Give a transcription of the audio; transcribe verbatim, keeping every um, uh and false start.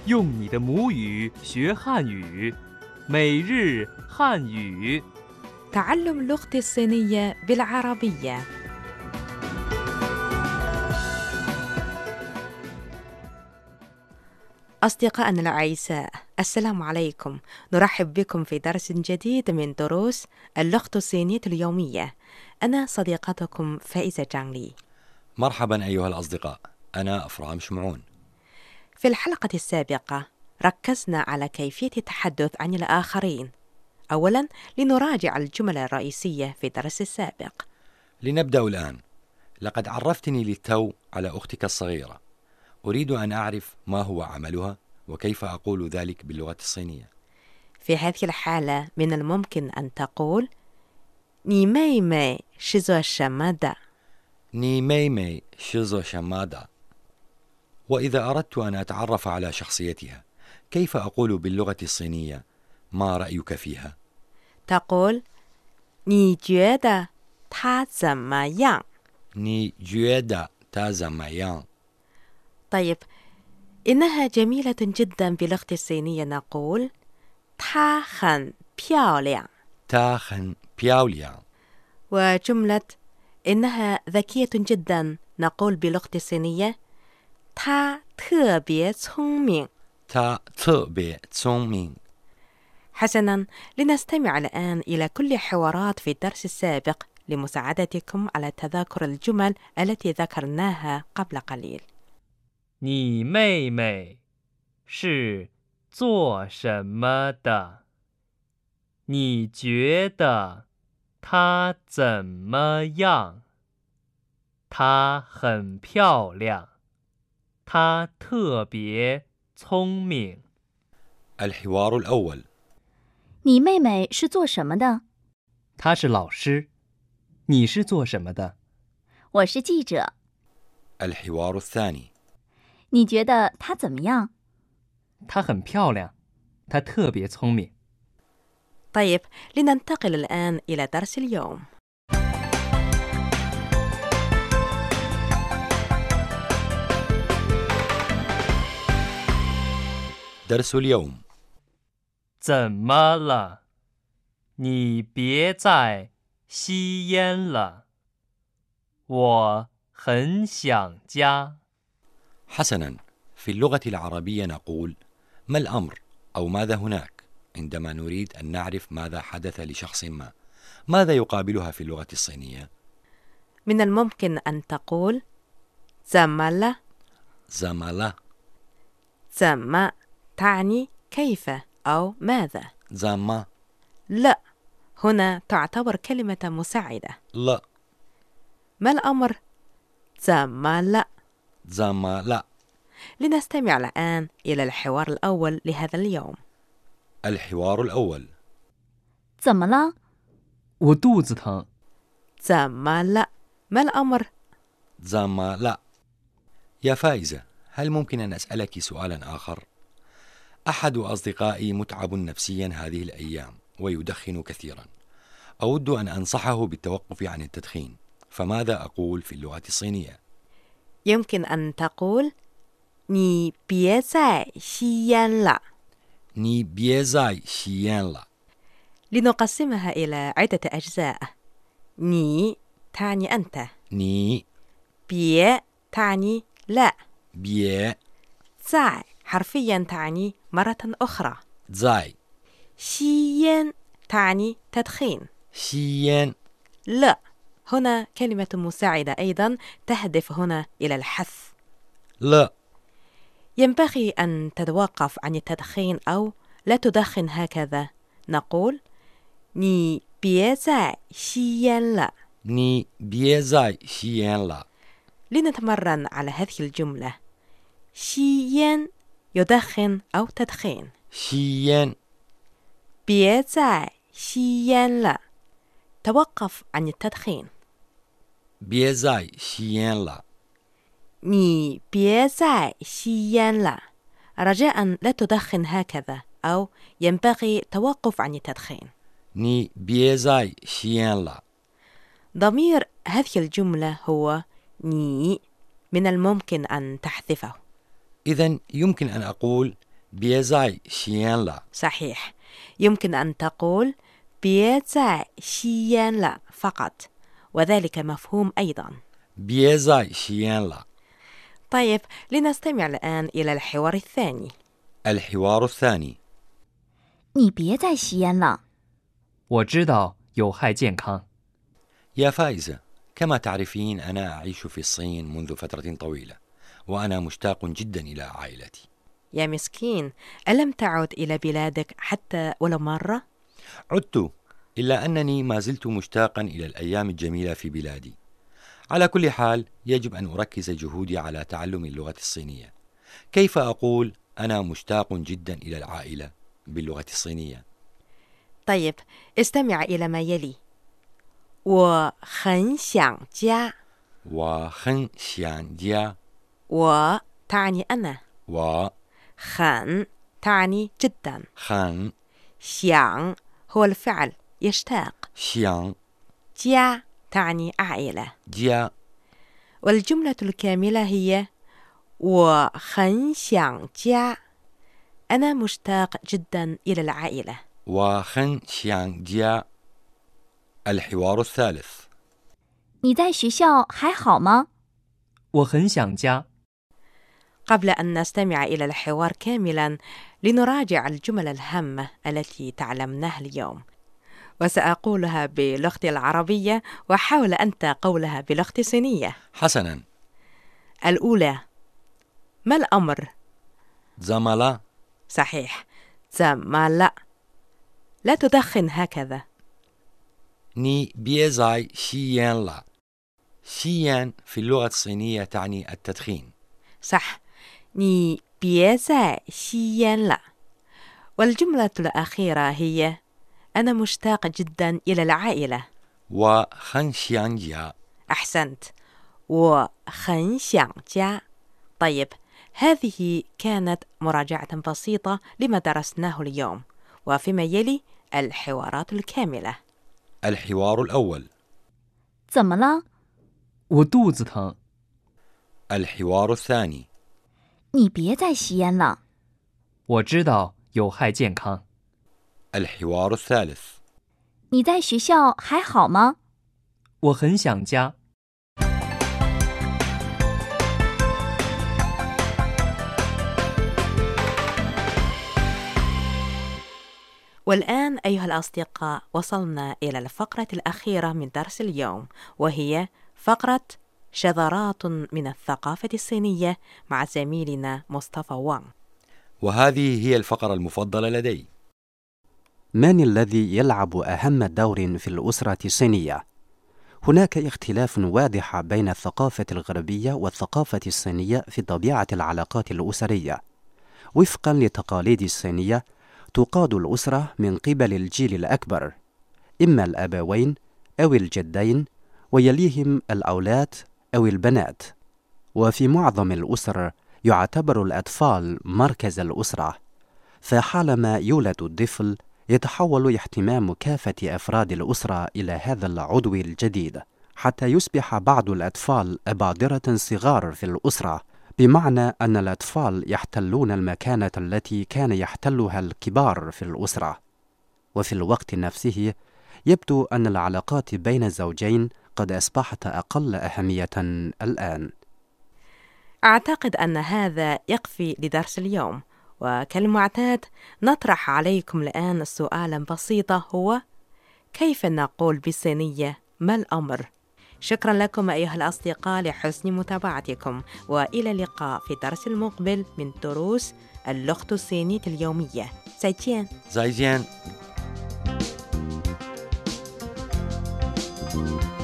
用你的母语学汉语，每日汉语。 تعلم اللغة الصينية بالعربية. أصدقائنا الأعزاء، السلام عليكم. نرحب بكم في درس جديد من دروس اللغة الصينية اليومية. أنا صديقتكم فائزة جانلي. مرحبا أيها الأصدقاء، أنا أفرام شمعون. في الحلقة السابقة ركزنا على كيفية التحدث عن الآخرين. أولاً لنراجع الجمل الرئيسية في الدرس السابق. لنبدأ الآن. لقد عرفتني للتو على أختك الصغيرة. أريد أن أعرف ما هو عملها وكيف أقول ذلك باللغة الصينية. في هذه الحالة من الممكن أن تقول ني مي مي شزو شمادا. ني مي مي شزو شمادا. وإذا أردت أن أتعرف على شخصيتها، كيف أقول باللغة الصينية ما رأيك فيها؟ تقول ني جويدا تا زما يان. ني جويدا تا زما يان. طيب، إنها جميلة جدا باللغة الصينية نقول تا هن بياوليان. تا هن بياوليان. وجملة إنها ذكية جدا نقول باللغة الصينية تا تبيه聪明. تا تبيه 聪明. حسنا، لنستمع الآن إلى كل حوارات في الدرس السابق لمساعدتكم على تذاكر الجمل التي ذكرناها قبل قليل. 你妹妹是做什么的？你觉得她怎么样？她很漂亮，她特别聪明。 الحوار الأول. 你妹妹是做什么的？ 她是老师。你是做什么的？ 我是记者。 الحوار الثاني. 你觉得她怎么样？ 她很漂亮，她特别聪明。 طيب، لننتقل الآن إلى درس اليوم. درس اليوم. 怎么了？你别再吸烟了，我很想家。 حسناً، في اللغة العربية نقول ما الأمر أو ماذا هناك عندما نريد أن نعرف ماذا حدث لشخص ما. ماذا يقابلها في اللغة الصينية؟ من الممكن أن تقول زملا. زملا. زم تعني كيف أو ماذا. زما. لا، هنا تعتبر كلمة مساعدة. لا. ما الأمر؟ زملا. زملا. لنستمع الآن إلى الحوار الأول لهذا اليوم. الحوار الأول. 怎么了？ 我肚子疼。 زملا. ما الأمر؟ زملا. يا فائزة، هل ممكن أن أسألك سؤالا آخر؟ أحد أصدقائي متعب نفسيا هذه الأيام ويدخن كثيرا. أود أن أنصحه بالتوقف عن التدخين، فماذا أقول في اللغة الصينية؟ يمكن أن تقول ني بيه زاي شي يان لا. ني بيه زاي شي يان لا. لنقسمها إلى عدة أجزاء. ني تعني أنت. ني. بيه تعني لا. بيه. زاي حرفيا تعني مرة أخرى. زاي. شيين تعني تدخين. شيين. لا، هنا كلمة مساعدة أيضا تهدف هنا إلى الحث. لا. ينبغي أن تتوقف عن التدخين أو لا تدخن هكذا. نقول ني بيه زاي شيين لا. ني بيه زاي شيين لا. لنتمرن على هذه الجملة. شيين يدخن أو تدخين. شيين. بيه زاي شيين لا. توقف عن التدخين. بيه زاي شيين لا. ني بيه زاي شيين لا. رجاء لا تدخن هكذا، أو ينبغي توقف عن التدخين. ني بيه زاي شيين لا. ضمير هذه الجملة هو ني، من الممكن أن تحذفه. إذن يمكن أن أقول 别再吸烟了 صحيح. يمكن أن تقول 别再吸烟了 فقط، وذلك مفهوم أيضا. 别再吸烟了 طيب، لنستمع الآن إلى الحوار الثاني. الحوار الثاني 你别再吸烟了。 我知道有害健康。 يا فائزة، كما تعرفين أنا أعيش في الصين منذ فترة طويلة، وأنا مشتاق جدا إلى عائلتي. يا مسكين، ألم تعد إلى بلادك حتى ولو مرة؟ عدت، إلا أنني ما زلت مشتاقا إلى الأيام الجميلة في بلادي. على كل حال، يجب أن أركز جهودي على تعلم اللغة الصينية. كيف أقول أنا مشتاق جدا إلى العائلة باللغة الصينية؟ طيب، استمع إلى ما يلي. 我很想家 و خن شيان جيا و تعني أنا، و 很 تعني جدا، خن 想 هو الفعل يشتاق، شيان جا تعني عائلة. جيا والجملة الكاملة هي 我很想家 أنا مشتاق جدا إلى العائلة. و خن شيان جيا. الحوار الثالث 你在学校还好吗？ 我很想家。 قبل أن نستمع إلى الحوار كاملا، لنراجع الجمل الهامة التي تعلمناها اليوم، وسأقولها بلغتي العربية، وحاول أنت قولها بلغتي الصينية. حسنا. الأولى، ما الأمر؟ زملا. صحيح، زملا. لا تدخن هكذا. ني بيزاي شيان لا. شيان في اللغة الصينية تعني التدخين. صح، ني بيزاي شيان لا. والجملة الأخيرة هي أنا مشتاق جدا إلى العائلة. وخن شيان جيا. أحسنت، وخن شيان جيا. طيب، هذه كانت مراجعة بسيطة لما درسناه اليوم، وفيما يلي الحوارات الكاملة. الحوار الأول 怎么了？ 我肚子疼。 الحوار الثاني 你别再吸烟了。 我知道有害健康。 الحوار الثالث 你在学校还好吗？ 我很想家。 والآن أيها الأصدقاء، وصلنا إلى الفقرة الأخيرة من درس اليوم، وهي فقرة شذرات من الثقافة الصينية مع زميلنا مصطفى وان. وهذه هي الفقرة المفضلة لدي. من الذي يلعب أهم دور في الأسرة الصينية؟ هناك اختلاف واضح بين الثقافة الغربية والثقافة الصينية في طبيعة العلاقات الأسرية. وفقا للتقاليد الصينية، تقاد الأسرة من قبل الجيل الأكبر، إما الأبوين أو الجدين، ويليهم الأولاد أو البنات. وفي معظم الأسر يعتبر الأطفال مركز الأسرة، فحالما يولد الطفل يتحول اهتمام كافة أفراد الأسرة إلى هذا العضو الجديد، حتى يصبح بعض الأطفال أباضرة صغار في الأسرة، بمعنى أن الأطفال يحتلون المكانة التي كان يحتلها الكبار في الأسرة. وفي الوقت نفسه يبدو أن العلاقات بين الزوجين قد أصبحت أقل أهمية الآن. أعتقد أن هذا يكفي لدرس اليوم، وكالمعتاد نطرح عليكم الآن سؤالا بسيطا، هو كيف نقول بالصينية ما الأمر؟ شكرا لكم أيها الأصدقاء لحسن متابعتكم، وإلى اللقاء في الدرس المقبل من دروس اللغة الصينية اليومية. زايجين. زايجين.